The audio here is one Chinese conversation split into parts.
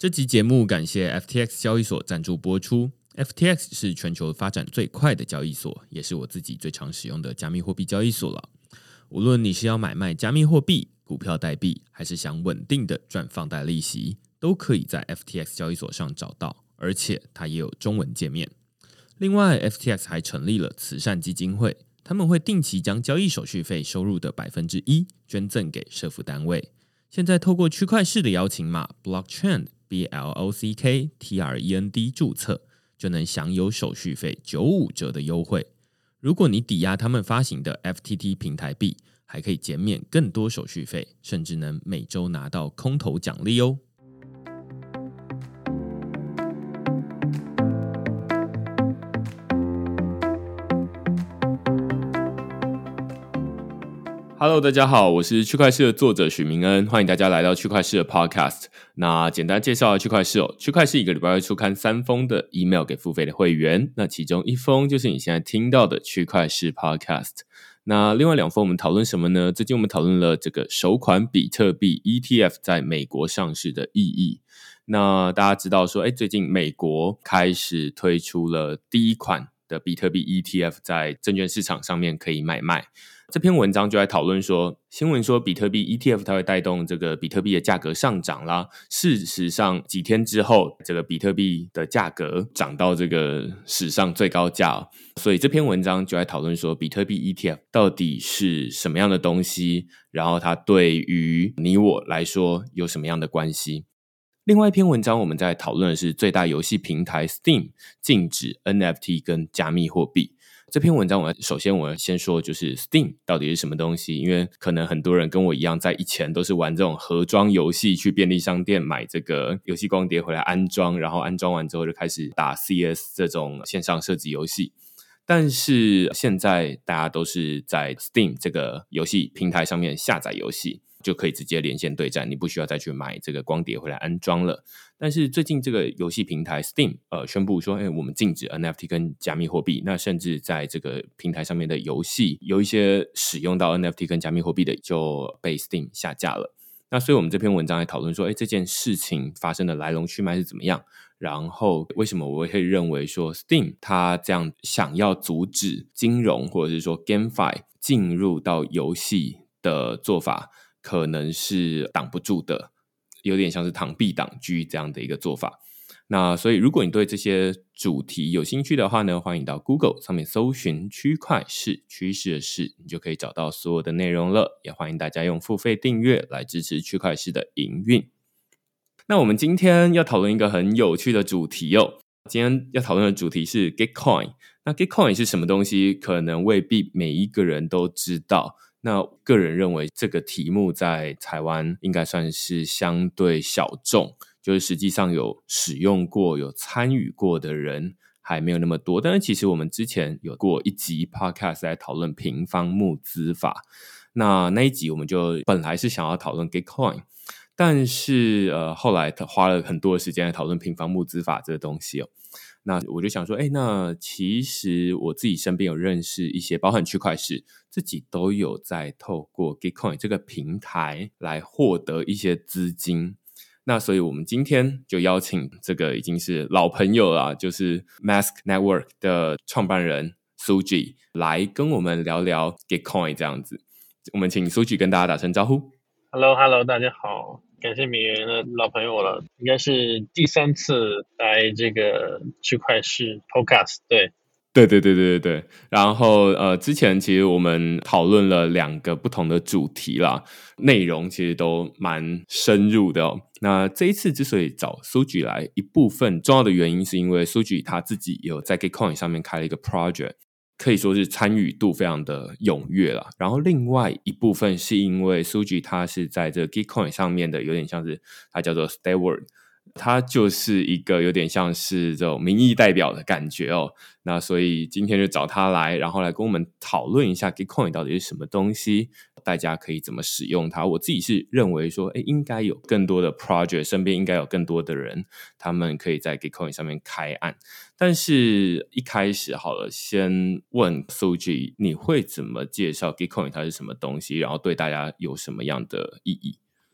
这集节目感谢 FTX 交易所赞助播出。FTX 是全球发展最快的交易所，也是我自己最常使用的加密货币交易所了。无论你是要买卖加密货币、股票代币，还是想稳定的赚放贷利息，都可以在 FTX 交易所上找到，而且它也有中文界面。另外 FTX 还成立了慈善基金会，他们会定期将交易手续费收入的1%捐赠给社福单位。现在透过区块市的邀请码 Blocktrend BLOCKTREND 注册，就能享有手续费95折的优惠。如果你抵押他们发行的 FTT 平台币，还可以减免更多手续费，甚至能每周拿到空投奖励哦。Hello， 大家好，我是区块市的作者许明恩，欢迎大家来到区块市的 Podcast。那简单介绍下区块市区块市一个礼拜会出刊3封的 email 给付费的会员，那其中一封就是你现在听到的区块市 Podcast。那另外2封我们讨论什么呢？最近我们讨论了这个首款比特币 ETF 在美国上市的意义。那大家知道说，最近美国开始推出了第一款的比特币 ETF 在证券市场上面可以买卖。这篇文章就在讨论说，新闻说比特币 ETF 它会带动这个比特币的价格上涨啦。事实上几天之后，这个比特币的价格涨到这个史上最高价所以这篇文章就在讨论说，比特币 ETF 到底是什么样的东西，然后它对于你我来说有什么样的关系。另外一篇文章我们在讨论的是最大游戏平台 Steam 禁止 NFT 跟加密货币。这篇文章首先我先说就是 Steam 到底是什么东西，因为可能很多人跟我一样在以前都是玩这种盒装游戏，去便利商店买这个游戏光碟回来安装，然后安装完之后就开始打 CS 这种线上射击游戏。但是现在大家都是在 Steam 这个游戏平台上面下载游戏，就可以直接连线对战，你不需要再去买这个光碟回来安装了。但是最近这个游戏平台 Steam 宣布说，我们禁止 NFT 跟加密货币，那甚至在这个平台上面的游戏有一些使用到 NFT 跟加密货币的就被 Steam 下架了。那所以我们这篇文章来讨论说，这件事情发生的来龙去脉是怎么样，然后为什么我会认为说 Steam 它这样想要阻止金融或者是说 GameFi 进入到游戏的做法可能是挡不住的，有点像是螳臂挡车这样的一个做法。那所以如果你对这些主题有兴趣的话呢，欢迎到 Google 上面搜寻区块市，趋势的市，你就可以找到所有的内容了。也欢迎大家用付费订阅来支持区块市的营运。那我们今天要讨论一个很有趣的主题今天要讨论的主题是 Gitcoin。 那 Gitcoin 是什么东西，可能未必每一个人都知道。那个人认为这个题目在台湾应该算是相对小众，就是实际上有使用过有参与过的人还没有那么多。但是其实我们之前有过一集 podcast 在讨论平方募资法，那一集我们就本来是想要讨论 Gitcoin， 但是后来花了很多的时间来讨论平方募资法这个东西那我就想说，那其实我自己身边有认识一些包含区块市，自己都有在透过 Gitcoin 这个平台来获得一些资金。那所以我们今天就邀请这个已经是老朋友啦，就是 Mask Network 的创办人 Suji 来跟我们聊聊 Gitcoin 这样子。我们请 Suji 跟大家打声招呼。 Hello， 大家好，感谢米元的老朋友了，应该是第3次来这个区块市 Podcast， 对。 然后之前其实我们讨论了2个不同的主题啦，内容其实都蛮深入的那这一次之所以找 Suji 来，一部分重要的原因是因为 Suji 他自己有在 Gitcoin 上面开了一个 project， 可以说是参与度非常的踊跃啦。然后另外一部分是因为 Suji 他是在这个 Gitcoin 上面的，有点像是他叫做 Steward，他就是一个有点像是这种民意代表的感觉那所以今天就找他来，然后来跟我们讨论一下 Gitcoin 到底是什么东西，大家可以怎么使用它。我自己是认为说应该有更多的 project， 身边应该有更多的人，他们可以在 Gitcoin 上面开案。但是一开始好了，先问 Suji 你会怎么介绍 Gitcoin 它是什么东西，然后对大家有什么样的意义？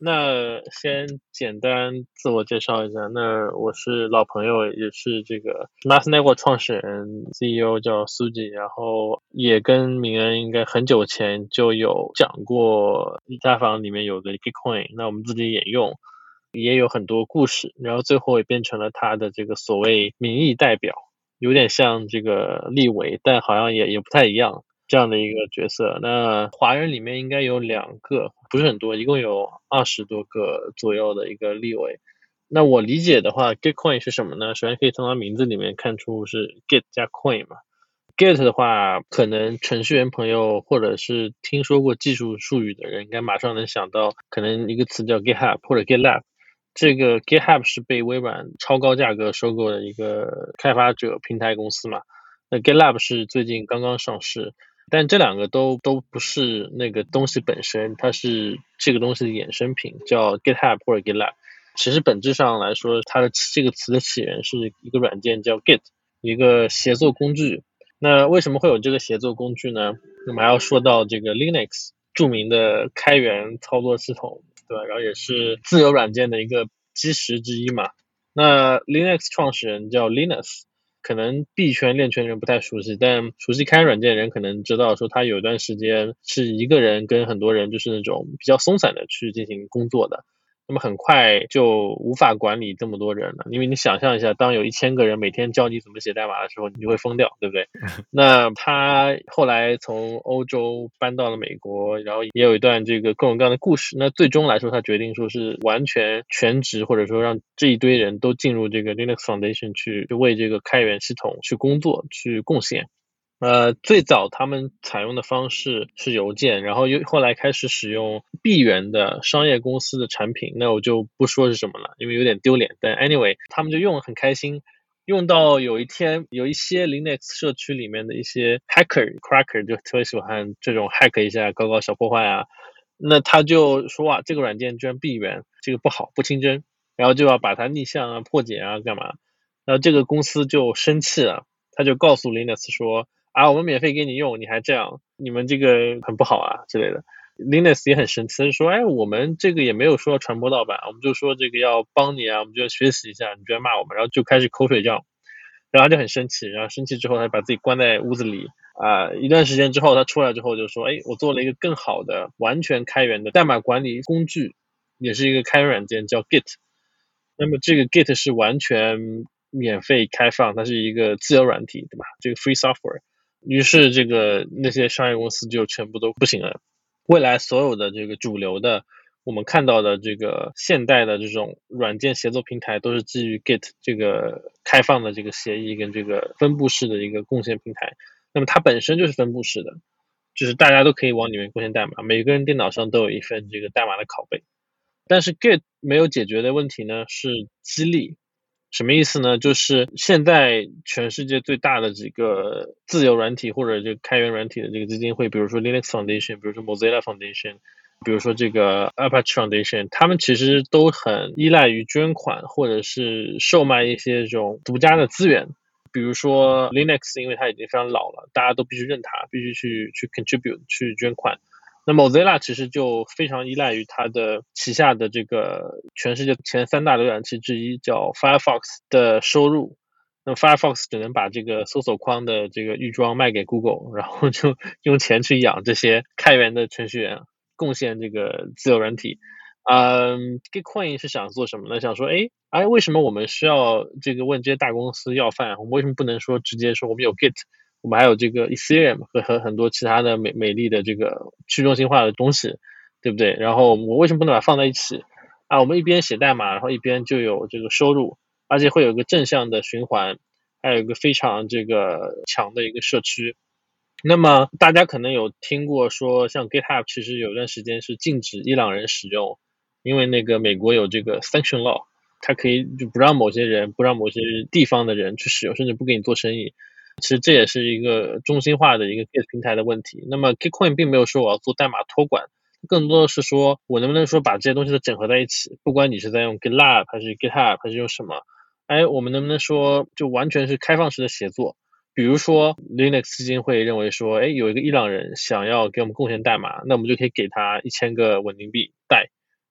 那先简单自我介绍一下，那我是老朋友，也是这个 Mass Network 创始人 CEO 叫 Suji，然后也跟明恩应该很久前就有讲过以太坊里面有的 Gitcoin，那我们自己也用，也有很多故事，然后最后也变成了他的这个所谓民意代表，有点像这个立委，但好像也不太一样。这样的一个角色，那华人里面应该有2个，不是很多，一共有20多个左右的一个立委。那我理解的话 ，Gitcoin 是什么呢？首先可以从它名字里面看出是 Git 加 Coin 嘛。Git 的话，可能程序员朋友或者是听说过技术术语的人，应该马上能想到，可能一个词叫 GitHub 或者 GitLab。这个 GitHub 是被微软超高价格收购的一个开发者平台公司嘛。那 GitLab 是最近刚刚上市。但这2个都不是那个东西本身，它是这个东西的衍生品，叫 GitHub 或者 GitLab。其实本质上来说，它的这个词的起源是一个软件叫 Git， 一个协作工具。那为什么会有这个协作工具呢？我们还要说到这个 Linux 著名的开源操作系统，对吧？然后也是自由软件的一个基石之一嘛。那 Linux 创始人叫 Linus。可能币圈链圈人不太熟悉，但熟悉开源软件的人可能知道，说他有一段时间是一个人跟很多人就是那种比较松散的去进行工作的。那么很快就无法管理这么多人了，因为你想象一下，当有1000个人每天教你怎么写代码的时候，你就会疯掉，对不对？那他后来从欧洲搬到了美国，然后也有一段这个各种各样的故事。那最终来说，他决定说是完全全职，或者说让这一堆人都进入这个 Linux Foundation 去为这个开源系统去工作、去贡献。最早他们采用的方式是邮件，然后后来开始使用闭源的商业公司的产品，那我就不说是什么了，因为有点丢脸。但 anyway， 他们就用得很开心，用到有一天，有一些 Linux 社区里面的一些 cracker 就特别喜欢这种 hack 一下，搞小破坏啊。那他就说哇，这个软件居然闭源，这个不好，不清真，然后就要把它逆向啊、破解啊，干嘛？然后这个公司就生气了，他就告诉 Linux 说。我们免费给你用，你还这样，你们这个很不好啊之类的。Linux 也很生气，说，我们这个也没有说要传播盗版，我们就说这个要帮你啊，我们就要学习一下，你居然骂我们，然后就开始口水仗，然后他就很生气，然后生气之后，他把自己关在屋子里一段时间之后，他出来之后就说，我做了一个更好的、完全开源的代码管理工具，也是一个开源软件，叫 Git。那么这个 Git 是完全免费开放，它是一个自由软体，对吧？这个 free software。于是这个那些商业公司就全部都不行了。未来所有的这个主流的我们看到的这个现代的这种软件协作平台都是基于 Git 这个开放的这个协议跟这个分布式的一个贡献平台。那么它本身就是分布式的，就是大家都可以往里面贡献代码，每个人电脑上都有一份这个代码的拷贝。但是 Git 没有解决的问题呢是激励。什么意思呢？就是现在全世界最大的几个自由软体或者这个开源软体的这个基金会，比如说 Linux Foundation， 比如说 Mozilla Foundation， 比如说这个 Apache Foundation， 他们其实都很依赖于捐款或者是售卖一些这种独家的资源。比如说 Linux， 因为它已经非常老了，大家都必须认它，必须去 contribute 去捐款。那 Mozilla 其实就非常依赖于它的旗下的这个全世界前3大浏览器之一叫 Firefox 的收入。那么 Firefox 只能把这个搜索框的这个预装卖给 Google， 然后就用钱去养这些开源的程序员，贡献这个自由软体。Gitcoin 是想做什么呢？想说，为什么我们需要这个问这些大公司要饭？我们为什么不能说直接说我们有 Git？我们还有这个 Ethereum 和很多其他的美丽的这个去中心化的东西，对不对？然后我为什么不能把它放在一起我们一边写代码，然后一边就有这个收入，而且会有一个正向的循环，还有一个非常这个强的一个社区。那么大家可能有听过说，像 GitHub 其实有段时间是禁止伊朗人使用，因为那个美国有这个 sanction law， 它可以就不让某些人、不让某些地方的人去使用，甚至不给你做生意。其实这也是一个中心化的一个 Git 平台的问题。那么 Gitcoin 并没有说我要做代码托管，更多的是说我能不能说把这些东西都整合在一起，不管你是在用 GitLab 还是 GitHub 还是用什么，我们能不能说就完全是开放式的协作。比如说 Linux 基金会认为说，有一个伊朗人想要给我们贡献代码，那我们就可以给他1000个稳定币贷，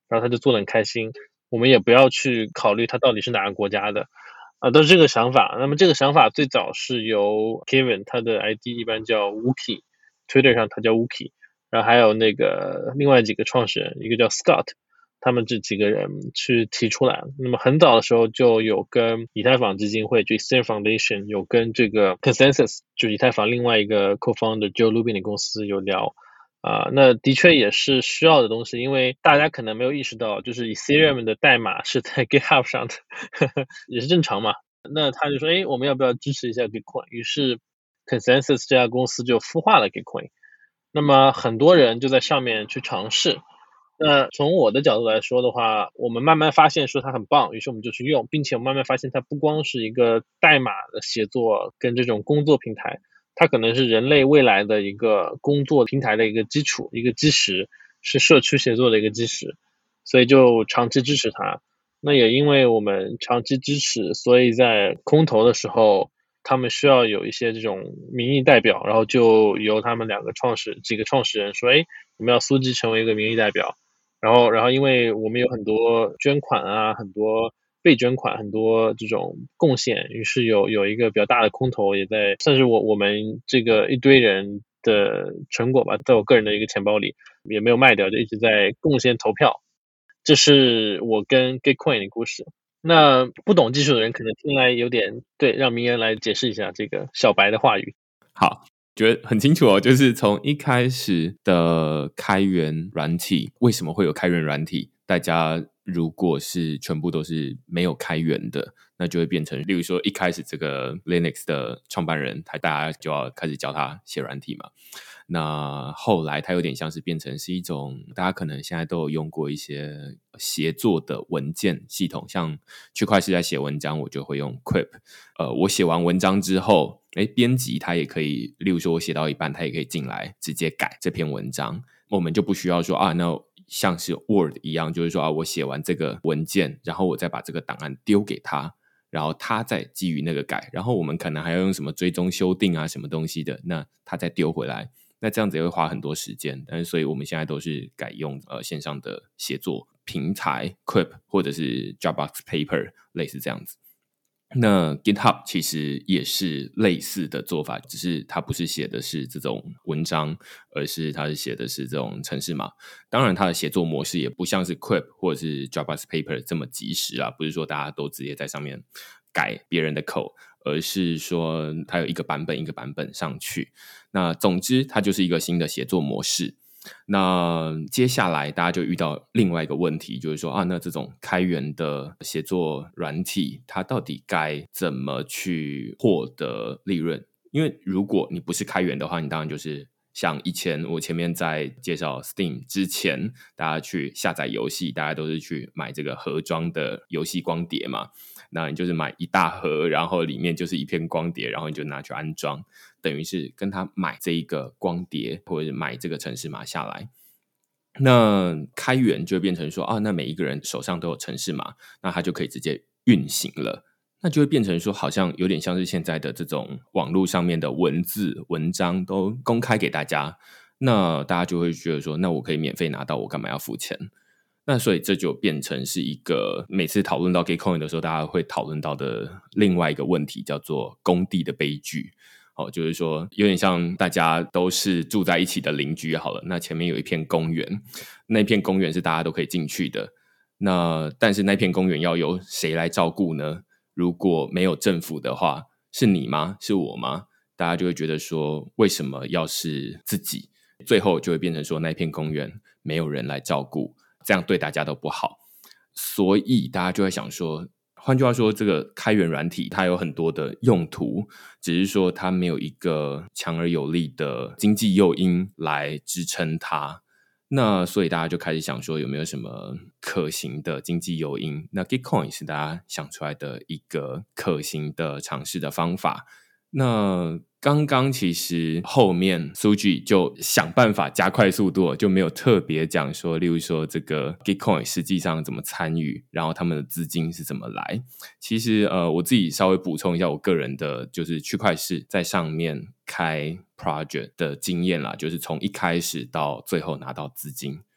然后他就做得很开心，我们也不要去考虑他到底是哪个国家的，都是这个想法。那么这个想法最早是由 Kevin， 他的 ID 一般叫 Wookie，Twitter 上他叫 Wookie， 然后还有那个另外几个创始人，一个叫 Scott，他们这几个人去提出来。那么很早的时候就有跟以太坊基金会，就 Ethereum Foundation， 有跟这个 Consensus， 就是以太坊另外一个 co-founder Joe Lubin 的公司有聊。那的确也是需要的东西，因为大家可能没有意识到，就是 Ethereum 的代码是在 GitHub 上的，也是正常嘛。那他就说，我们要不要支持一下 Bitcoin？ 于是 Consensus 这家公司就孵化了 Bitcoin。那么很多人就在上面去尝试。那从我的角度来说的话，我们慢慢发现说它很棒，于是我们就去用，并且我们慢慢发现它不光是一个代码的协作跟这种工作平台，它可能是人类未来的一个工作平台的一个基础，一个基石，是社区协作的一个基石，所以就长期支持它。那也因为我们长期支持，所以在空投的时候，他们需要有一些这种民意代表，然后就由他们几个创始人说，我们要苏基成为一个民意代表。然后因为我们有很多捐款啊，很多被捐款，很多这种贡献，于是有一个比较大的空投也在，算是我们这个一堆人的成果吧，在我个人的一个钱包里，也没有卖掉，就一直在贡献投票。这是我跟 Gitcoin 的故事。那不懂技术的人可能听来有点，对，让明恩来解释一下这个小白的话语。 好，觉得很清楚哦，就是从一开始的开源软体，为什么会有开源软体？大家如果是全部都是没有开源的，那就会变成，例如说一开始这个 Linux 的创办人，大家就要开始教他写软体嘛。那后来它有点像是变成是一种，大家可能现在都有用过一些协作的文件系统，像区块链在写文章，我就会用 Quip。我写完文章之后，编辑他也可以，例如说我写到一半，他也可以进来直接改这篇文章，我们就不需要说那像是 Word 一样，就是说我写完这个文件，然后我再把这个档案丢给他。然后他再基于那个改，然后我们可能还要用什么追踪修订啊什么东西的，那他再丢回来，那这样子也会花很多时间。但是所以我们现在都是改用线上的写作平台 Quip 或者是 Dropbox Paper 类似这样子。那 GitHub 其实也是类似的做法，只是它不是写的是这种文章，而是它是写的是这种程式码。当然它的写作模式也不像是 Quip 或者是 Dropbox Paper 这么及时啊，不是说大家都直接在上面改别人的 code， 而是说它有一个版本一个版本上去。那总之它就是一个新的写作模式。那接下来大家就遇到另外一个问题，就是说那这种开源的写作软体，它到底该怎么去获得利润？因为如果你不是开源的话，你当然就是像以前我前面在介绍 Steam 之前，大家去下载游戏，大家都是去买这个盒装的游戏光碟嘛。那你就是买一大盒，然后里面就是一片光碟，然后你就拿去安装，等于是跟他买这一个光碟或者买这个程式码下来。那开源就会变成说那每一个人手上都有程式码，那他就可以直接运行了。那就会变成说好像有点像是现在的这种网络上面的文字文章都公开给大家，那大家就会觉得说那我可以免费拿到，我干嘛要付钱？那所以这就变成是一个每次讨论到 Gitcoin 的时候，大家会讨论到的另外一个问题，叫做工地的悲剧。就是说有点像大家都是住在一起的邻居好了，那前面有一片公园，那片公园是大家都可以进去的，那但是那片公园要由谁来照顾呢？如果没有政府的话，是你吗？是我吗？大家就会觉得说为什么要是自己？最后就会变成说那片公园没有人来照顾，这样对大家都不好。所以大家就会想说，换句话说，这个开源软体它有很多的用途，只是说它没有一个强而有力的经济诱因来支撑它。那所以大家就开始想说有没有什么可行的经济诱因。那 Gitcoin 是大家想出来的一个可行的尝试的方法。那刚刚其实后面 Suji 就想办法加快速度，就没有特别讲说例如说这个 Gitcoin 实际上怎么参与，然后他们的资金是怎么来。其实我自己稍微补充一下我个人的就是区块市在上面开 project 的经验啦，就是从一开始到最后拿到资金，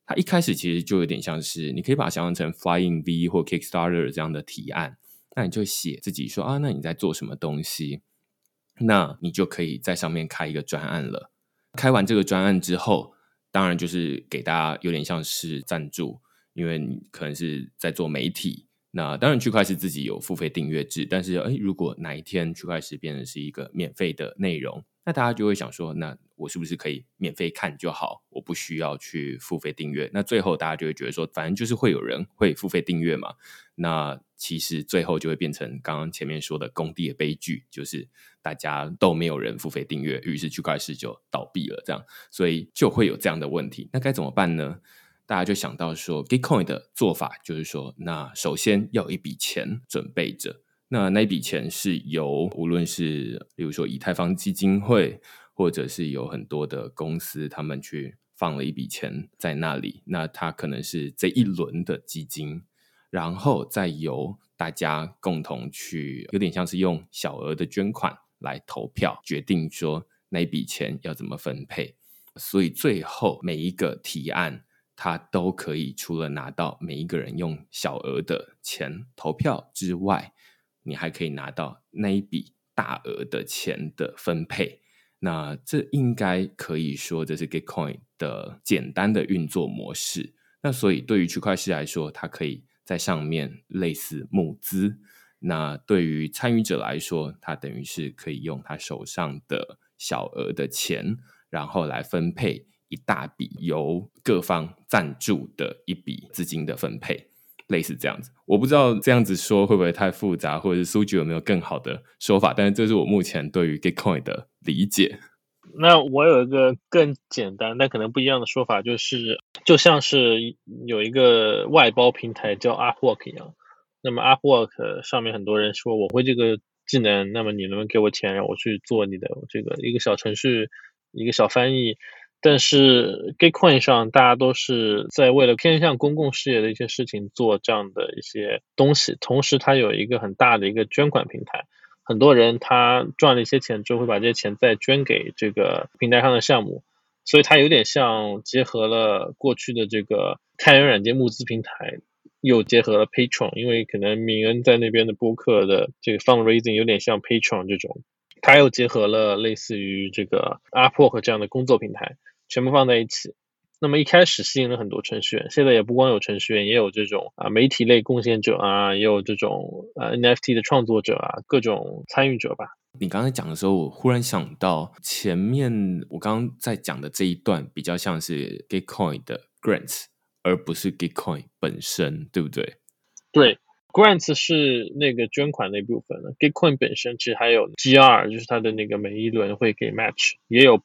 它一开始其实就有点像是，你可以把它想象成 Flying V 或 Kickstarter 这样的提案，那你就写自己说啊，那你在做什么东西，那你就可以在上面开一个专案了。开完这个专案之后，当然就是给大家有点像是赞助，因为你可能是在做媒体，那当然区块链自己有付费订阅制，但是如果哪一天区块链变成是一个免费的内容，那大家就会想说，那我是不是可以免费看就好，我不需要去付费订阅。那最后大家就会觉得说，反正就是会有人会付费订阅嘛，那其实最后就会变成刚刚前面说的工地的悲剧，就是大家都没有人付费订阅，于是区块链就倒闭了，这样，所以就会有这样的问题。那该怎么办呢？大家就想到说 Gitcoin 的做法就是说，那首先要有一笔钱准备着，那一笔钱是由无论是比如说以太坊基金会，或者是有很多的公司他们去放了一笔钱在那里，那它可能是这一轮的基金，然后再由大家共同去，有点像是用小额的捐款来投票决定说那一笔钱要怎么分配。所以最后每一个提案他都可以除了拿到每一个人用小额的钱投票之外，你还可以拿到那一笔大额的钱的分配。那这应该可以说这是 Gitcoin 的简单的运作模式。那所以对于区块链来说，它可以在上面类似募资，那对于参与者来说，他等于是可以用他手上的小额的钱，然后来分配一大笔由各方赞助的一笔资金的分配，类似这样子。我不知道这样子说会不会太复杂，或者是苏菊有没有更好的说法，但是这是我目前对于 Gitcoin 的理解。 那我有一个更简单但可能不一样的说法，就像是有一个外包平台叫 Upwork 一样。那么 Upwork 上面很多人说我会这个技能，那么你能不能给我钱让我去做你的这个一个小程序，一个小翻译。但是 Gitcoin 上大家都是在为了偏向公共事业的一些事情做这样的一些东西，同时它有一个很大的一个捐款平台，很多人他赚了一些钱之后会把这些钱再捐给这个平台上的项目，所以它有点像结合了过去的这个开源软件募资平台，又结合了 Patreon， 因为可能敏恩在那边的播客的这个 fundraising 有点像 Patreon 这种，它又结合了类似于这个 Upwork 这样的工作平台，全部放在一起。那么一开始吸引了很多程序员，现在也不光有程序员，也有这种媒体类贡献者啊，也有这种NFT 的创作者啊，各种参与者吧。 你刚才讲的时候，我忽然想到前面我刚刚在讲的这一段比较像是 Gitcoin 的 grants， 而不是 Gitcoin 本身，对不对？ 对，grants 是那个捐款那部分的 Gitcoin 本身其实还有 GR， 就是它的那个每一轮会给 match， 也有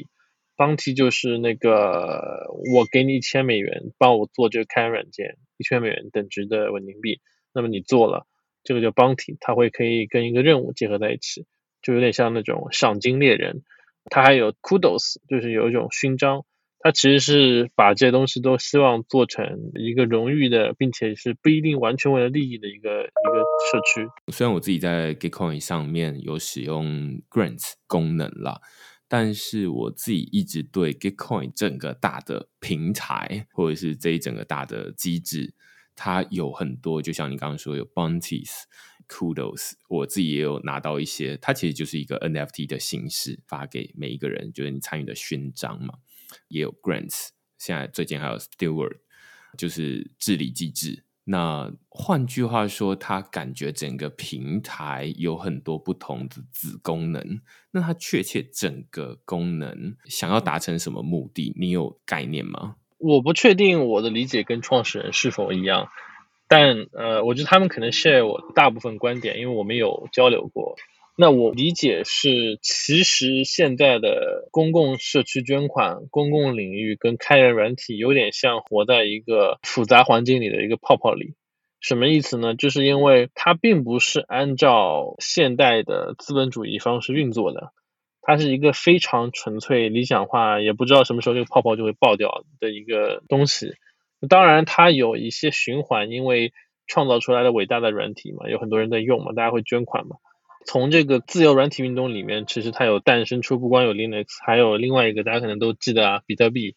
bounty 就是那个我给你$1000帮我做这个开源软件，$1000等值的稳定币，那么你做了这个叫 bounty， 它会可以跟一个任务结合在一起，就有点像那种赏金猎人。它还有 kudos， 就是有一种勋章，它其实是把这些东西都希望做成一个荣誉的，并且是不一定完全为了利益的一个社区。 虽然我自己在 Gitcoin 上面有使用 grants 功能啦，但是我自己一直对 Gitcoin 整个大的平台或者是这一整个大的机制，它有很多，就像你刚刚说有 bounties、kudos， 我自己也有拿到一些，它其实就是一个 NFT 的形式，发给每一个人，就是你参与的勋章嘛。也有 grants， 现在最近还有 steward， 就是治理机制。那换句话说，它感觉整个平台有很多不同的子功能，那它确切整个功能想要达成什么目的，你有概念吗？ 我不确定我的理解跟创始人是否一样，但我觉得他们可能 share 我大部分观点，因为我们有交流过。那我理解是，其实现在的公共社区捐款、公共领域跟开源软体有点像活在一个复杂环境里的一个泡泡里。什么意思呢？就是因为它并不是按照现代的资本主义方式运作的，它是一个非常纯粹理想化，也不知道什么时候这个泡泡就会爆掉的一个东西。当然它有一些循环，因为创造出来的伟大的软体嘛，有很多人在用嘛，大家会捐款嘛。从这个自由软体运动里面，其实它有诞生出不光有 Linux， 还有另外一个大家可能都记得比特币，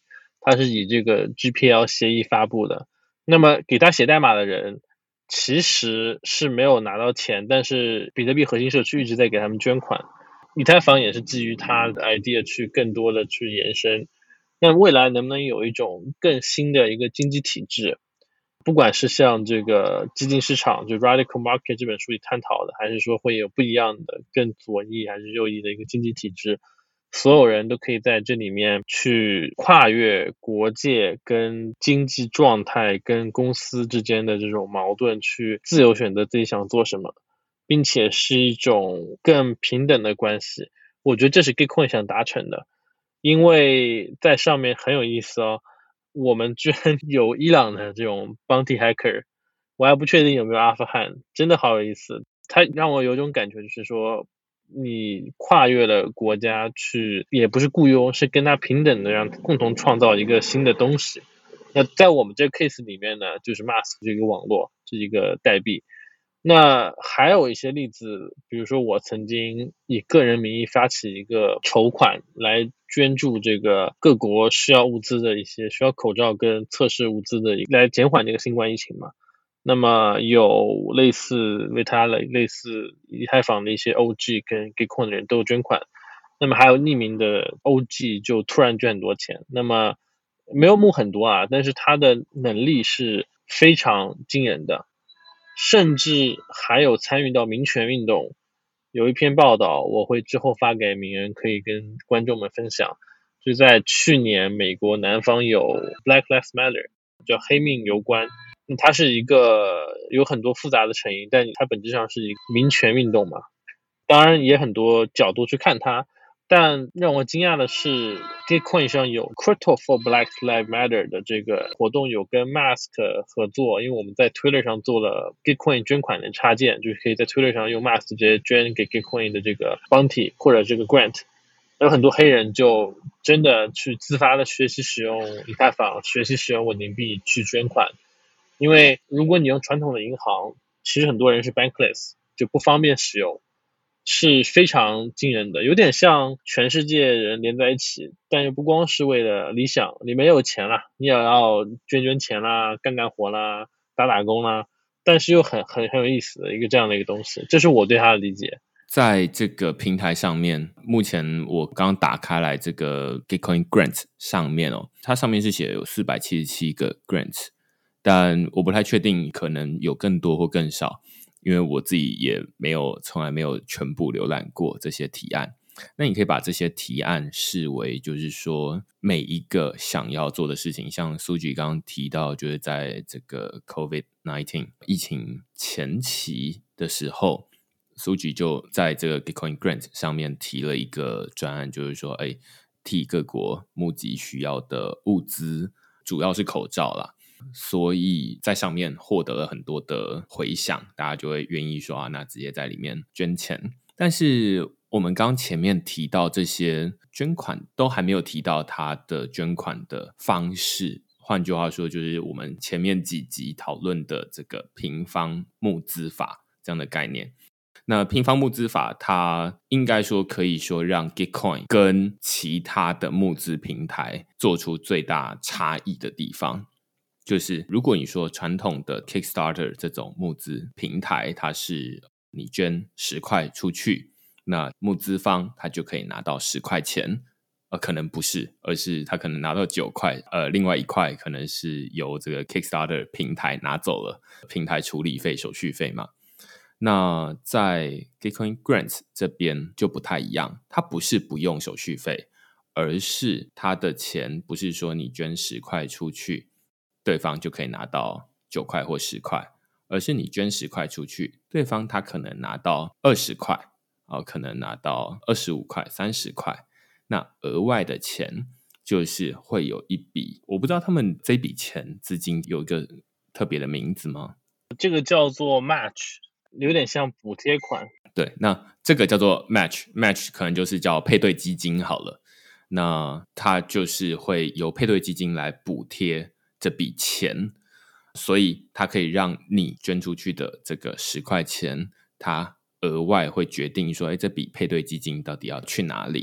它是以这个 GPL 协议发布的。那么给他写代码的人其实是没有拿到钱，但是比特币核心社区一直在给他们捐款。以太坊也是基于它的 idea 去更多的去延伸。那未来能不能有一种更新的一个经济体制？不管是像这个基金市场，就 Radical Market 这本书里探讨的，还是说会有不一样的更左翼还是右翼的一个经济体制，所有人都可以在这里面去跨越国界跟经济状态跟公司之间的这种矛盾，去自由选择自己想做什么，并且是一种更平等的关系。我觉得这是 Gitcoin 想达成的。因为在上面很有意思哦，我们居然有伊朗的这种 bounty hacker，我还不确定有没有阿富汗，真的好有意思。它让我有种感觉，就是说你跨越了国家去，也不是雇佣，是跟他平等的，让共同创造一个新的东西。那在我们这个 case 里面呢，就是 Mask 这个网络，是一个代币。那还有一些例子，比如说我曾经以个人名义发起一个筹款来捐助这个各国需要物资的一些需要口罩跟测试物资的，来减缓这个新冠疫情嘛。那么有类似类似以太坊的一些 OG 跟 Gitcoin 的人都有捐款，那么还有匿名的 OG 就突然捐很多钱，那么没有募很多啊，但是他的能力是非常惊人的。甚至还有参与到民权运动，有一篇报道我会之后发给名人，可以跟观众们分享。就在去年美国南方有 Black Lives Matter， 叫黑命攸关，它是一个有很多复杂的成因，但它本质上是一个民权运动嘛，当然也很多角度去看它。但让我惊讶的是 Gitcoin 上有 Crypto for Black Lives Matter 的这个活动，有跟 Mask 合作，因为我们在 Twitter 上做了 Gitcoin 捐款的插件，就是可以在 Twitter 上用 Mask 直接捐给 Gitcoin 的这个 Bounty 或者这个 Grant。有很多黑人就真的去自发的学习使用以太坊，学习使用稳定币去捐款。因为如果你用传统的银行，其实很多人是 bankless， 就不方便使用，是非常惊人的，有点像全世界人连在一起，但又不光是为了理想，你没有钱啦，你也要捐钱啦，干活啦，打工啦，但是又很有意思的一个这样的一个东西，这是我对它的理解。 在这个平台上面，目前我刚打开来这个 Gitcoin Grant 上面哦，它上面是写有477个 Grants， 但我不太确定可能有更多或更少，因为我自己也从来没有全部浏览过这些提案。那你可以把这些提案视为就是说每一个想要做的事情，像苏菊刚刚提到，就是在这个 COVID-19 疫情前期的时候，苏菊就在这个 Gitcoin Grant 上面提了一个专案，就是说替各国募集需要的物资，主要是口罩啦，所以在上面获得了很多的回响，大家就会愿意说那直接在里面捐钱。但是我们刚前面提到这些捐款都还没有提到它的捐款的方式，换句话说就是我们前面几集讨论的这个平方募资法这样的概念。那平方募资法它应该说可以说让 Gitcoin 跟其他的募资平台做出最大差异的地方，就是如果你说传统的 Kickstarter 这种募资平台，它是你捐10块出去，那募资方他就可以拿到10块钱，可能不是，而是他可能拿到9块，另外1块可能是由这个 Kickstarter 平台拿走了，平台处理费、手续费嘛。那在 Gitcoin Grants 这边就不太一样，它不是不用手续费，而是它的钱不是说你捐10块出去，对方就可以拿到9块或10块，而是你捐10块出去，对方他可能拿到20块，可能拿到25块、30块，那额外的钱就是会有一笔，我不知道他们这笔钱资金有一个特别的名字吗？ 这个叫做 match， 有点像补贴款。 对，那这个叫做 match 可能就是叫配对基金好了，那它就是会由配对基金来补贴这笔钱，所以它可以让你捐出去的这个10块钱，它额外会决定说这笔配对基金到底要去哪里。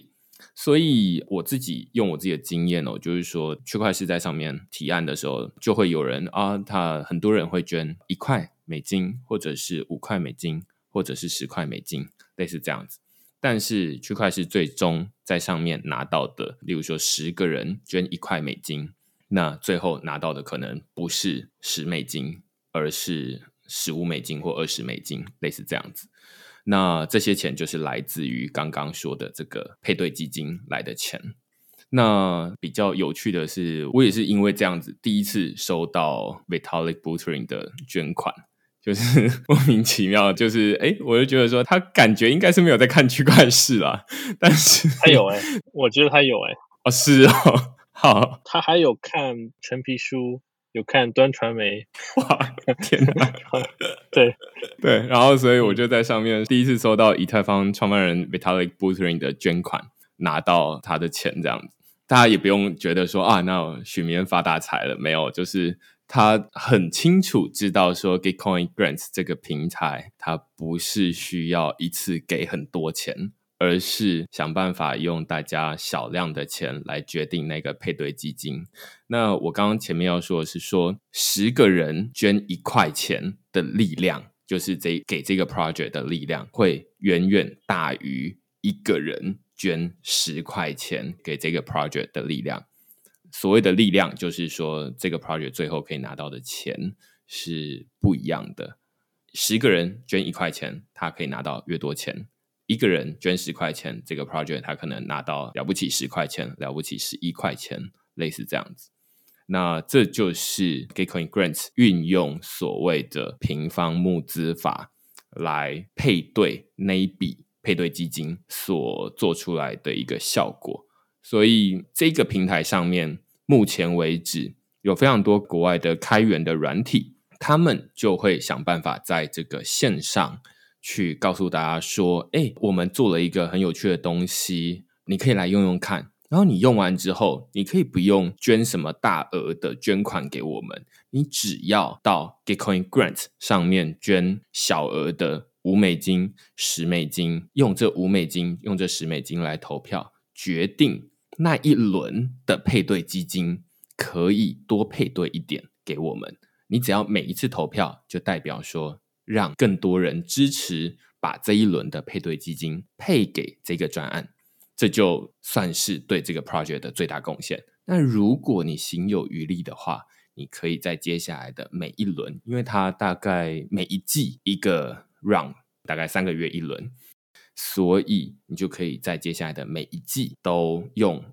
所以我自己用我自己的经验就是说区块市在上面提案的时候，就会有人很多人会捐$1，或者是$5，或者是$10，类似这样子。但是区块市最终在上面拿到的，例如说10个人捐$1，那最后拿到的可能不是$10，而是$15或$20，类似这样子。那这些钱就是来自于刚刚说的这个配对基金来的钱。那比较有趣的是，我也是因为这样子第一次收到 Vitalik Buterin 的捐款，就是莫名其妙，就是我就觉得说他感觉应该是没有在看区块市啦，但是他有我觉得他有是哦，好， 他还有看陈皮书，有看端传媒， 哇，天哪对对，然后所以我就在上面第一次收到以太坊创办人 Vitalik Buterin 的捐款，拿到他的钱这样子。大家也不用觉得说那许明恩发大财了，没有，就是他很清楚知道说 Gitcoin Grants 这个平台，它不是需要一次给很多钱，而是想办法用大家小量的钱来决定那个配对基金。那我刚刚前面要说的是说10个人捐$1的力量，就是给这个 project 的力量会远远大于1个人捐$10给这个 project 的力量。所谓的力量就是说这个 project 最后可以拿到的钱是不一样的。10个人捐$1，他可以拿到越多钱；1个人捐$10，这个 project 他可能拿到了不起$10，了不起$11，类似这样子。那这就是 Gitcoin Grants 运用所谓的平方募资法来配对那一笔配对基金所做出来的一个效果。所以这个平台上面目前为止有非常多国外的开源的软体，他们就会想办法在这个线上去告诉大家说我们做了一个很有趣的东西，你可以来用用看，然后你用完之后你可以不用捐什么大额的捐款给我们，你只要到 Gitcoin Grants 上面捐小额的$5、$10，用这$5用这$10来投票，决定那一轮的配对基金可以多配对一点给我们。你只要每一次投票就代表说让更多人支持把这一轮的配对基金配给这个专案，这就算是对这个 project 的最大贡献。那如果你行有余力的话，你可以在接下来的每一轮，因为它大概每一季一个 round， 大概3个月一轮，所以你就可以在接下来的每一季都用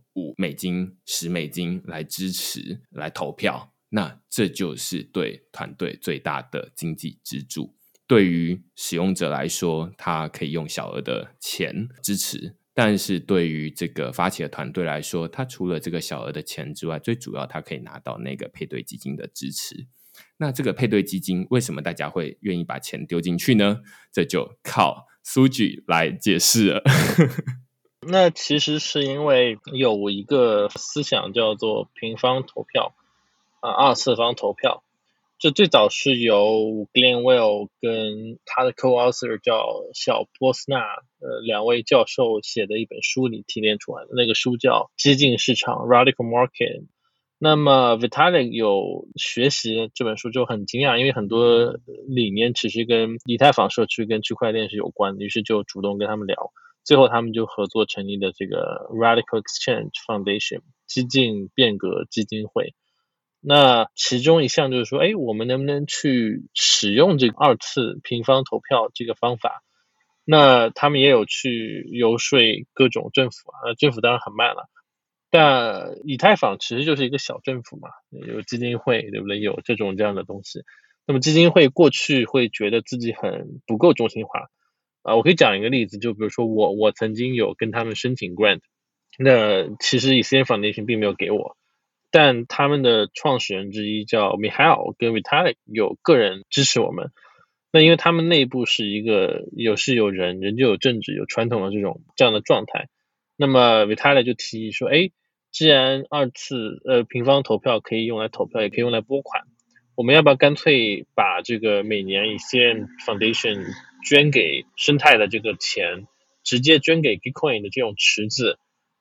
$5、$10来支持来投票，那这就是对团队最大的经济支柱。对于使用者来说，他可以用小额的钱支持，但是对于这个发起的团队来说，他除了这个小额的钱之外，最主要他可以拿到那个配对基金的支持。那这个配对基金为什么大家会愿意把钱丢进去呢？这就靠Suji 来解释了。 那其实是因为有一个思想叫做平方投票二次方投票。这最早是由 Glenn Well 跟他的 co-author 叫小波斯纳2位教授写的一本书里提炼出来的，那个书叫激进市场 Radical Market。 那么 Vitalik 有学习这本书就很惊讶，因为很多理念其实跟以太坊社区跟区块链是有关的，于是就主动跟他们聊，最后他们就合作成立的这个 Radical Exchange Foundation 激进变革基金会。那其中一项就是说我们能不能去使用这个2次平方投票这个方法。那他们也有去游说各种政府政府当然很慢了，但以太坊其实就是一个小政府嘛，有基金会对不对，有这样的东西。那么基金会过去会觉得自己很不够中心化我可以讲一个例子，就比如说我曾经有跟他们申请 grant， 那其实Ethereum Foundation 并没有给我，但他们的创始人之一叫 Mihail 跟 Vitalik 有个人支持我们。那因为他们内部是一个有事有人，人就有政治有传统的这样的状态，那么 Vitalik 就提议说既然2次平方投票可以用来投票也可以用来拨款，我们要不要干脆把这个每年Ethereum Foundation 捐给生态的这个钱直接捐给 Gitcoin 的这种池子，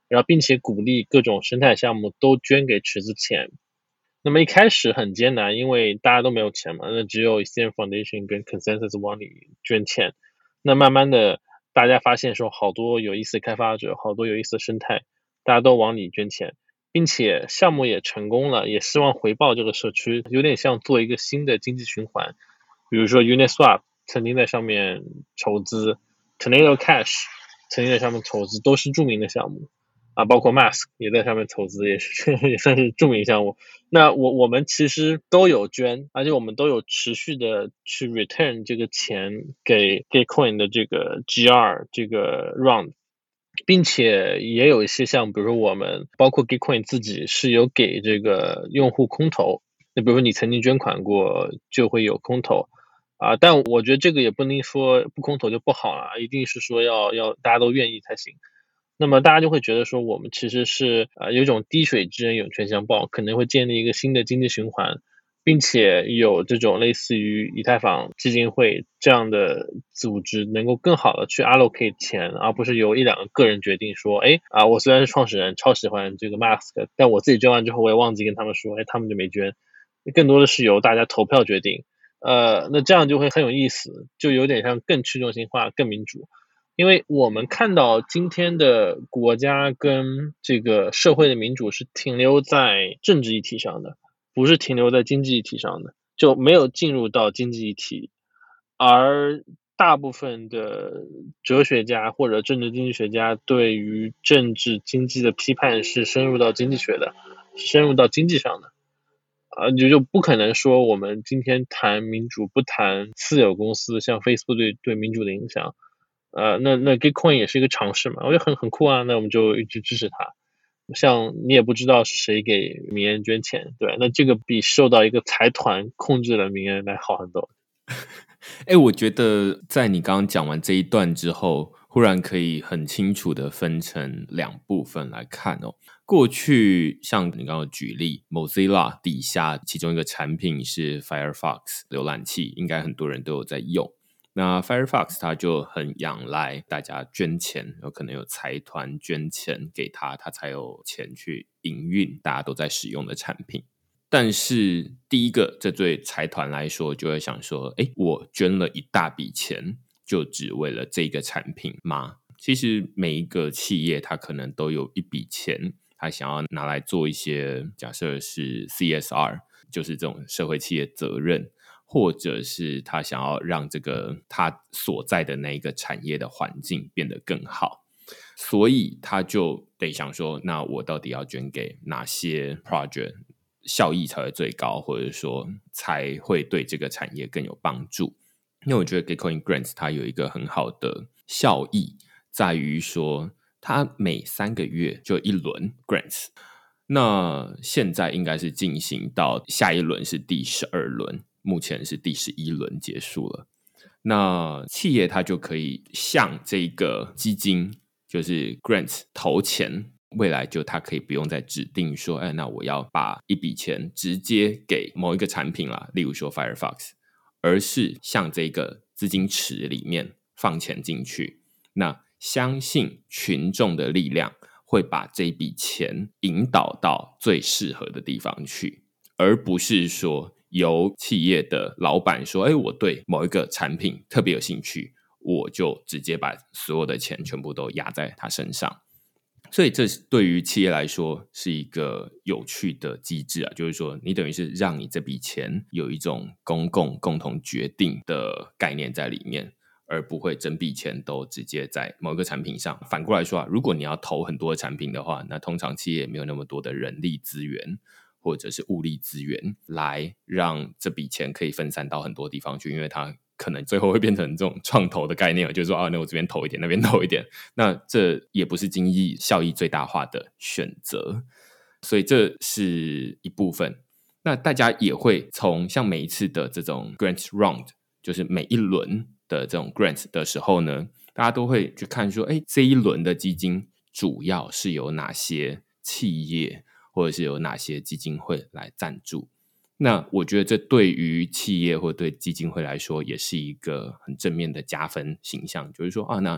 然后并且鼓励各种生态项目都捐给池子钱。那么一开始很艰难，因为大家都没有钱嘛，那只有 Ethereum Foundation 跟 Consensus 往里捐钱。那慢慢的，大家发现说好多有意思的开发者，好多有意思的生态，大家都往里捐钱，并且项目也成功了，也希望回报这个社区，有点像做一个新的经济循环。比如说 Uniswap 曾经在上面筹资， Tornado Cash 曾经在上面筹资，都是著名的项目啊，包括 Mask 也在上面筹资，也是也算是著名项目。那我们其实都有捐，而且我们都有持续的去 return 这个钱给 Gitcoin 的这个 GR 这个 round， 并且也有一些像比如说我们包括 Gitcoin 自己是有给这个用户空投，那比如说你曾经捐款过就会有空投啊，但我觉得这个也不能说不空投就不好了，一定是说要大家都愿意才行。那么大家就会觉得说，我们其实是有一种滴水之恩涌泉相报，可能会建立一个新的经济循环，并且有这种类似于以太坊基金会这样的组织，能够更好的去 allocate 钱，而不是由一两个个人决定说，我虽然是创始人，超喜欢这个 Mask， 但我自己捐完之后，我也忘记跟他们说，他们就没捐，更多的是由大家投票决定。那这样就会很有意思，就有点像更去中心化、更民主。因为我们看到今天的国家跟这个社会的民主是停留在政治议题上的，不是停留在经济议题上的，就没有进入到经济议题。而大部分的哲学家或者政治经济学家对于政治经济的批判是深入到经济学的，是深入到经济上的。就不可能说我们今天谈民主不谈私有公司像 Facebook 对民主的影响。那 Gitcoin 也是一个尝试嘛，我觉得很酷啊，那我们就一直支持它。像你也不知道是谁给名人捐钱，对，那这个比受到一个财团控制的名人来好很多。 我觉得在你刚刚讲完这一段之后，忽然可以很清楚的分成两部分来看哦。过去像你刚刚举例 Mozilla 底下其中一个产品是 Firefox 浏览器，应该很多人都有在用。那 Firefox 它就很仰赖大家捐钱，有可能有财团捐钱给他，他才有钱去营运大家都在使用的产品。但是第一个，这对财团来说就会想说，我捐了一大笔钱，就只为了这个产品吗？其实每一个企业它可能都有一笔钱，它想要拿来做一些，假设是 CSR， 就是这种社会企业责任，或者是他想要让这个他所在的那一个产业的环境变得更好。所以他就得想说，那我到底要捐给哪些 project，效益才会最高，或者说才会对这个产业更有帮助。因为我觉得 Gitcoin Grants 它有一个很好的效益，在于说它每3个月就一轮 Grants， 那现在应该是进行到下一轮是第12轮，目前是第11轮结束了。那企业它就可以向这个基金就是 Grants 投钱，未来就他可以不用再指定说，那我要把一笔钱直接给某一个产品啦，例如说 Firefox， 而是向这个资金池里面放钱进去。那相信群众的力量会把这笔钱引导到最适合的地方去，而不是说由企业的老板说，我对某一个产品特别有兴趣，我就直接把所有的钱全部都压在他身上。所以这对于企业来说是一个有趣的机制啊，就是说你等于是让你这笔钱有一种公共共同决定的概念在里面，而不会整笔钱都直接在某个产品上。反过来说啊，如果你要投很多的产品的话，那通常企业没有那么多的人力资源或者是物力资源来让这笔钱可以分散到很多地方去，因为它可能最后会变成这种创投的概念，就是说那我这边投一点，那边投一点，那这也不是经济效益最大化的选择，所以这是一部分。那大家也会从像每一次的这种 grant round， 就是每一轮的这种 grant 的时候呢，大家都会去看说，这一轮的基金主要是由哪些企业或者是有哪些基金会来赞助。那我觉得这对于企业或对基金会来说也是一个很正面的加分形象，就是说那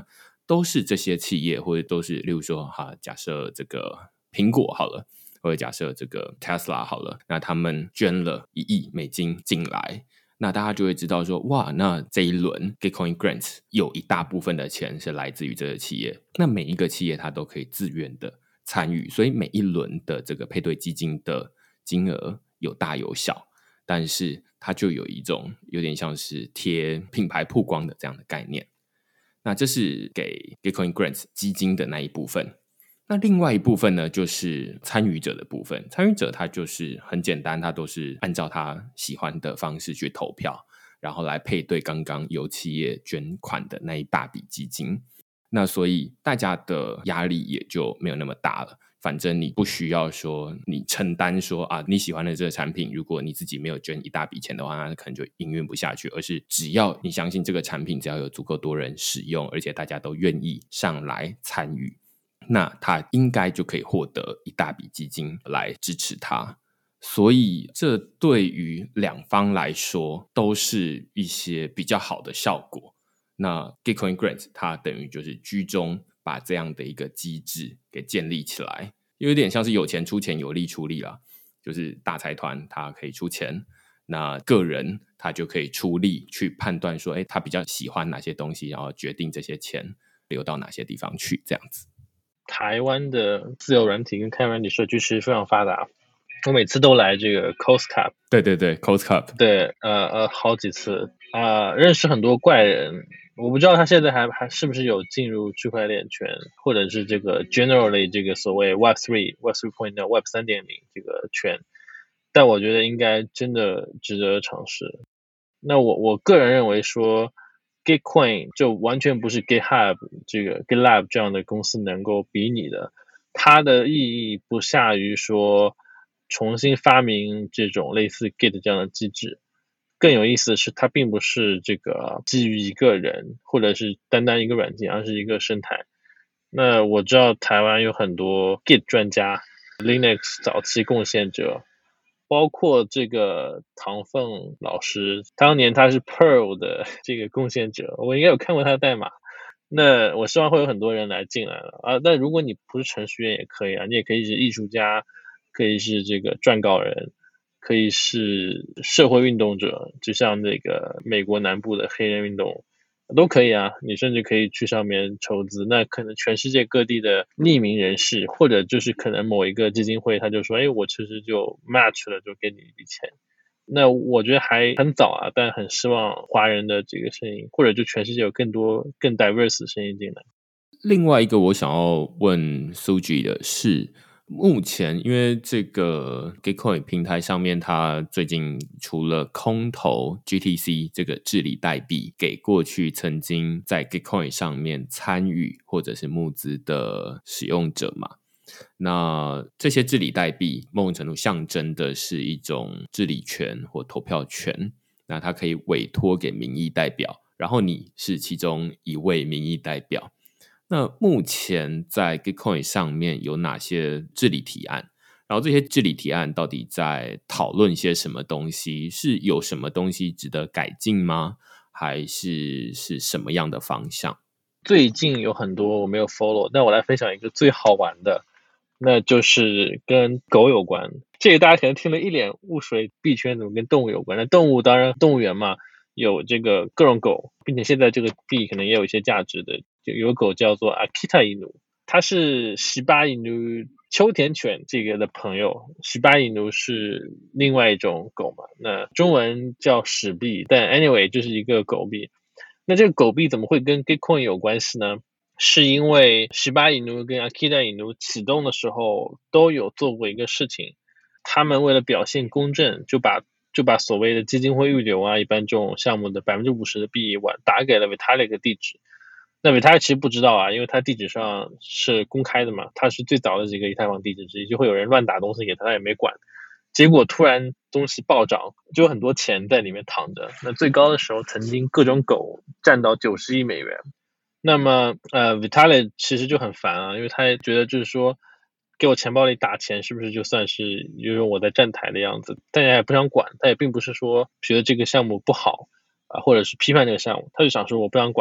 都是这些企业，或者都是例如说假设这个苹果好了，或者假设这个 Tesla 好了，那他们捐了1亿美金进来，那大家就会知道说，哇，那这一轮 Gitcoin Grants 有一大部分的钱是来自于这个企业，那每一个企业它都可以自愿的参与，所以每一轮的这个配对基金的金额有大有小，但是它就有一种有点像是贴品牌曝光的这样的概念。那这是给 Gitcoin Grants 基金的那一部分。那另外一部分呢，就是参与者的部分。参与者他就是很简单，他都是按照他喜欢的方式去投票，然后来配对刚刚由企业捐款的那一大笔基金。那所以大家的压力也就没有那么大了。反正你不需要说你承担说你喜欢的这个产品，如果你自己没有捐一大笔钱的话，那可能就营运不下去。而是只要你相信这个产品，只要有足够多人使用，而且大家都愿意上来参与，那他应该就可以获得一大笔基金来支持他。所以这对于两方来说都是一些比较好的效果。那 Gitcoin Grants 它等于就是居中把这样的一个机制给建立起来，有点像是有钱出钱有力出力啦，就是大财团他可以出钱，那个人他就可以出力去判断说他比较喜欢哪些东西，然后决定这些钱流到哪些地方去，这样子。 台湾的自由软体跟开软体社区其实非常发达，我每次都来这个 CoastCup， 对 CoastCup， 对，好几次认识很多怪人。我不知道他现在还是不是有进入区块链圈，或者是这个 generally 这个所谓 Web3 Web 3.0 这个圈，但我觉得应该真的值得尝试。那我个人认为说 Gitcoin 就完全不是 GitHub 这个 GitLab 这样的公司能够比拟的，它的意义不下于说重新发明这种类似 Git 这样的机制。更有意思的是，它并不是这个基于一个人或者是单单一个软件，而是一个生态。那我知道台湾有很多 Git 专家 Linux 早期贡献者，包括这个唐凤老师，当年他是 Perl 的这个贡献者，我应该有看过他的代码。那我希望会有很多人来进来了但如果你不是程序员也可以你也可以是艺术家，可以是这个撰稿人，可以是社会运动者，就像那个美国南部的黑人运动都可以你甚至可以去上面筹资。那可能全世界各地的匿名人士，或者就是可能某一个基金会他就说我其实就 match 了，就给你一笔钱。那我觉得还很早但很希望华人的这个声音，或者就全世界有更多更 diverse 的声音进来。 另外一个我想要问 Suji 的是，目前因为这个 Gitcoin 平台上面，它最近除了空投 GTC 这个治理代币给过去曾经在 Gitcoin 上面参与或者是募资的使用者嘛，那这些治理代币某种程度象征的是一种治理权或投票权，那它可以委托给民意代表，然后你是其中一位民意代表。那目前在 Gitcoin 上面有哪些治理提案？然后这些治理提案到底在讨论些什么东西？是有什么东西值得改进吗？还是什么样的方向？ 最近有很多我没有 follow， 但我来分享一个最好玩的，那就是跟狗有关。这个大家可能听了一脸雾水，币圈怎么跟动物有关？那动物当然动物园嘛，有这个各种狗，并且现在这个币可能也有一些价值的，就有狗叫做 Akita Inu， 它是西巴伊努秋田犬这个的朋友。西巴伊努是另外一种狗嘛，那中文叫史币，但 anyway 就是一个狗币。那这个狗币怎么会跟 Gitcoin 有关系呢？是因为西巴伊努跟 Akita Inu 启动的时候都有做过一个事情，他们为了表现公正，就把所谓的基金会预留一般这种项目的 50% 的币打给了 Vitalik 地址。那 Vitalik 其实不知道因为他地址上是公开的嘛，他是最早的几个以太坊地址之一，就会有人乱打东西给他，他也没管。结果突然东西暴涨，就有很多钱在里面躺着。那最高的时候曾经各种狗占到90亿美元。那么Vitalik 其实就很烦因为他也觉得就是说给我钱包里打钱是不是就算是有种我在站台的样子，但也不想管。他也并不是说觉得这个项目不好或者是批判这个项目，他就想说我不想管。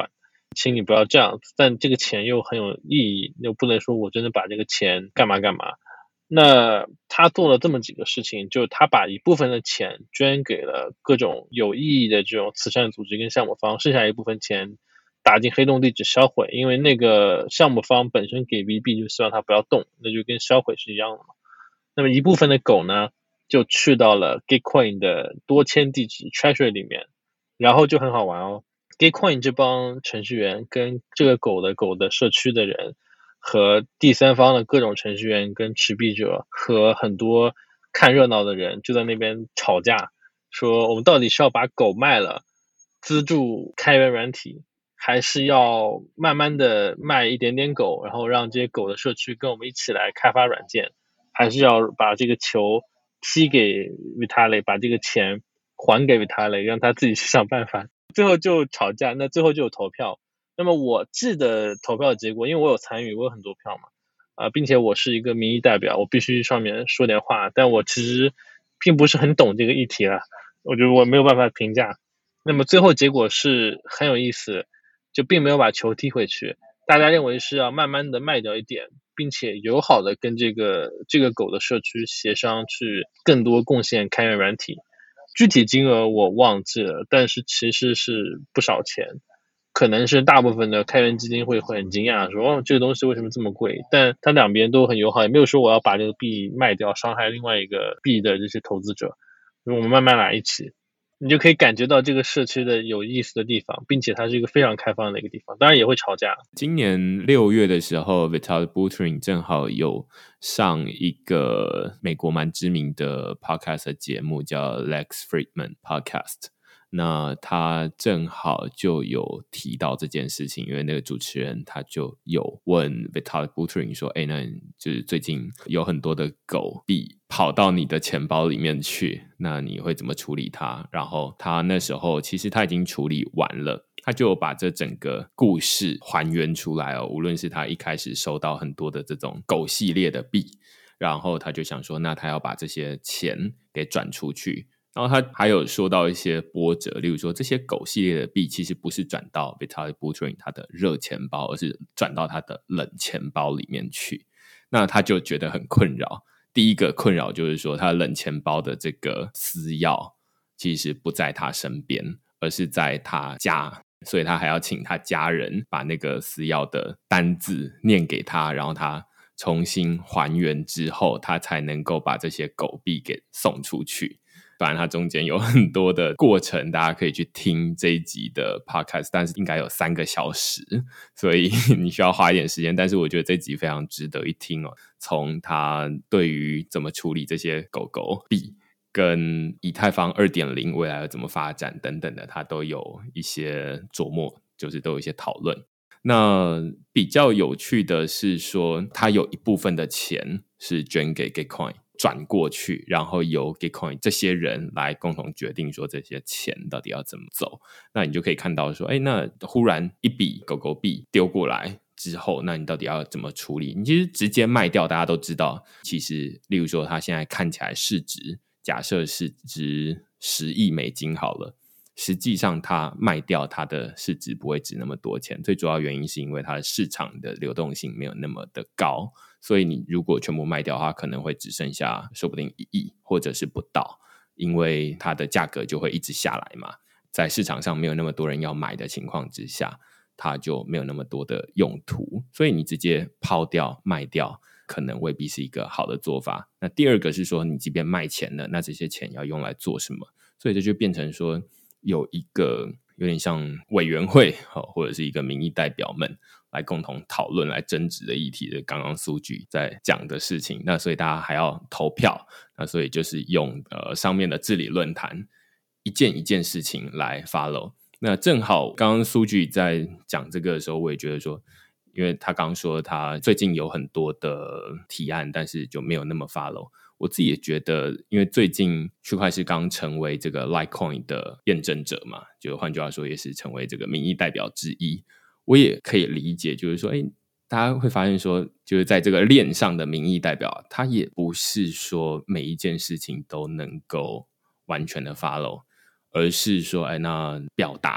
请你不要这样子，但这个钱又很有意义，又不能说我真的把这个钱干嘛干嘛。那他做了这么几个事情，就是他把一部分的钱捐给了各种有意义的这种慈善组织跟项目方，剩下一部分钱打进黑洞地址销毁，因为那个项目方本身给 VB 就希望他不要动，那就跟销毁是一样的嘛。那么一部分的狗呢，就去到了 Gitcoin 的多签地址 Treasury 里面，然后就很好玩哦。Gitcoin 这帮程序员跟这个狗的社区的人和第三方的各种程序员跟持币者和很多看热闹的人就在那边吵架，说我们到底是要把狗卖了资助开源软体，还是要慢慢的卖一点点狗，然后让这些狗的社区跟我们一起来开发软件，还是要把这个球踢给 Vitalik， 把这个钱还给 Vitalik， 让他自己去想办法。最后就吵架，那最后就有投票。那么我记得投票结果，因为我有参与，我有很多票嘛，并且我是一个民意代表，我必须上面说点话，但我其实并不是很懂这个议题了，我觉得我没有办法评价。那么最后结果是很有意思，就并没有把球踢回去，大家认为是要慢慢的卖掉一点，并且友好的跟这个狗的社区协商，去更多贡献开源软体。具体金额我忘记了，但是其实是不少钱，可能是大部分的开源基金会很惊讶说，哦，这个东西为什么这么贵？但它两边都很友好，也没有说我要把这个币卖掉，伤害另外一个币的这些投资者。我们慢慢来一起，你就可以感觉到这个社区的有意思的地方，并且它是一个非常开放的一个地方，当然也会吵架。 今年6月的时候 Vitalik Buterin 正好有上一个美国蛮知名的 podcast 的节目叫 Lex Fridman Podcast， 那他正好就有提到这件事情，因为那个主持人他就有问 Vitalik Buterin 说，那就是最近有很多的狗币跑到你的钱包里面去，那你会怎么处理它？然后他那时候其实他已经处理完了，他就把这整个故事还原出来哦，无论是他一开始收到很多的这种狗系列的币，然后他就想说，那他要把这些钱给转出去，然后他还有说到一些波折，例如说这些狗系列的币其实不是转到 Vitalik Buterin 他的热钱包，而是转到他的冷钱包里面去，那他就觉得很困扰。第一个困扰就是说，他冷钱包的这个私钥其实不在他身边，而是在他家，所以他还要请他家人把那个私钥的单字念给他，然后他重新还原之后，他才能够把这些狗币给送出去。当然它中间有很多的过程，大家可以去听这一集的 podcast， 但是应该有3个小时，所以你需要花一点时间，但是我觉得这集非常值得一听哦。从他对于怎么处理这些狗狗币跟以太坊 2.0 未来要怎么发展等等的，他都有一些琢磨，就是都有一些讨论。那比较有趣的是说，他有一部分的钱是捐给 Gitcoin 转过去，然后由 Gitcoin 这些人来共同决定说这些钱到底要怎么走。那你就可以看到说，那忽然一笔狗狗币丢过来之后，那你到底要怎么处理？你其实直接卖掉，大家都知道，其实例如说它现在看起来市值，假设是值10亿美金好了，实际上它卖掉它的市值不会值那么多钱，最主要原因是因为它的市场的流动性没有那么的高，所以你如果全部卖掉的话，可能会只剩下说不定1亿或者是不到，因为它的价格就会一直下来嘛，在市场上没有那么多人要买的情况之下，它就没有那么多的用途，所以你直接抛掉卖掉可能未必是一个好的做法。那第二个是说，你即便卖钱了，那这些钱要用来做什么？所以这就变成说有一个有点像委员会或者是一个民意代表们来共同讨论来争执的议题的，刚刚苏局在讲的事情，那所以大家还要投票，那所以就是用上面的治理论坛一件一件事情来 follow。 那正好刚刚苏局在讲这个的时候，我也觉得说，因为他刚说他最近有很多的提案，但是就没有那么 follow。我自己也觉得，因为最近区块链刚成为这个 Litecoin 的验证者嘛，就换句话说也是成为这个民意代表之一，我也可以理解，就是说大家会发现说，就是在这个链上的民意代表，他也不是说每一件事情都能够完全的 follow， 而是说那表达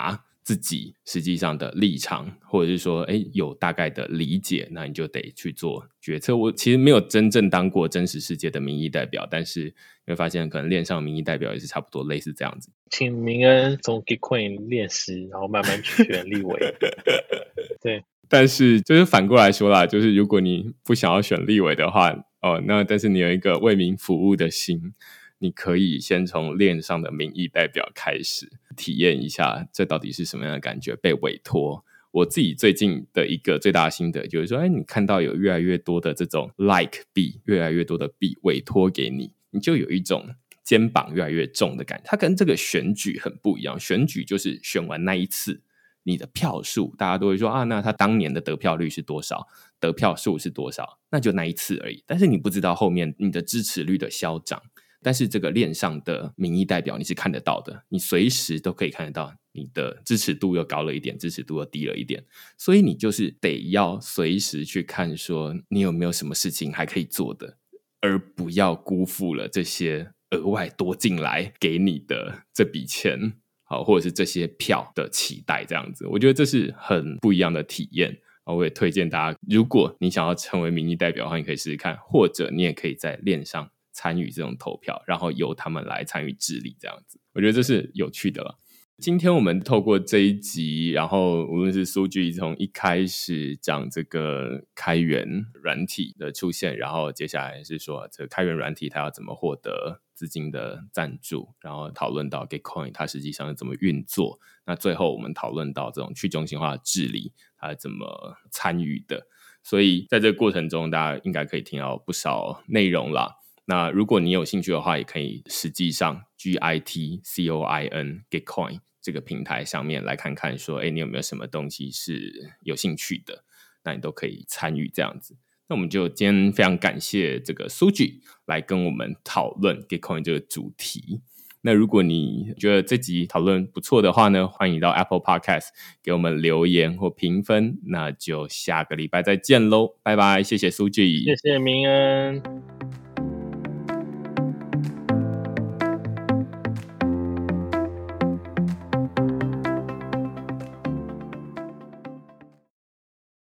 自己实际上的立场，或者是说有大概的理解，那你就得去做决策。我其实没有真正当过真实世界的民意代表，但是你会发现可能链上民意代表也是差不多类似这样子。 请明恩从 Gitcoin 练习，然后慢慢去选立委。对， 但是就是反过来说啦，就是如果你不想要选立委的话，那但是你有一个为民服务的心，你可以先从链上的民意代表开始体验一下这到底是什么样的感觉，被委托。我自己最近的一个最大的心得就是说，你看到有越来越多的这种 like 币，越来越多的币委托给你，你就有一种肩膀越来越重的感觉。它跟这个选举很不一样，选举就是选完那一次你的票数，大家都会说那他当年的得票率是多少，得票数是多少，那就那一次而已。但是你不知道后面你的支持率的消长。但是这个链上的民意代表你是看得到的，你随时都可以看得到你的支持度又高了一点，支持度又低了一点，所以你就是得要随时去看说你有没有什么事情还可以做的，而不要辜负了这些额外多进来给你的这笔钱，好，或者是这些票的期待，这样子我觉得这是很不一样的体验。我也推荐大家，如果你想要成为民意代表的话，你可以试试看，或者你也可以在链上参与这种投票，然后由他们来参与治理，这样子我觉得这是有趣的了。今天我们透过这一集，然后无论是苏具从一开始讲这个开源软体的出现，然后接下来是说这个开源软体它要怎么获得资金的赞助，然后讨论到 Gitcoin 它实际上是怎么运作，那最后我们讨论到这种去中心化的治理它怎么参与的。所以在这个过程中大家应该可以听到不少内容啦。那如果你有兴趣的话，也可以实际上 GITCOIN Gitcoin 这个平台上面来看看说你有没有什么东西是有兴趣的，那你都可以参与这样子。那我们就今天非常感谢这个 Suji 来跟我们讨论 Gitcoin 这个主题。那如果你觉得这集讨论不错的话呢，欢迎到 Apple Podcast 给我们留言或评分，那就下个礼拜再见咯，拜拜，谢谢 Suji， 谢谢明恩。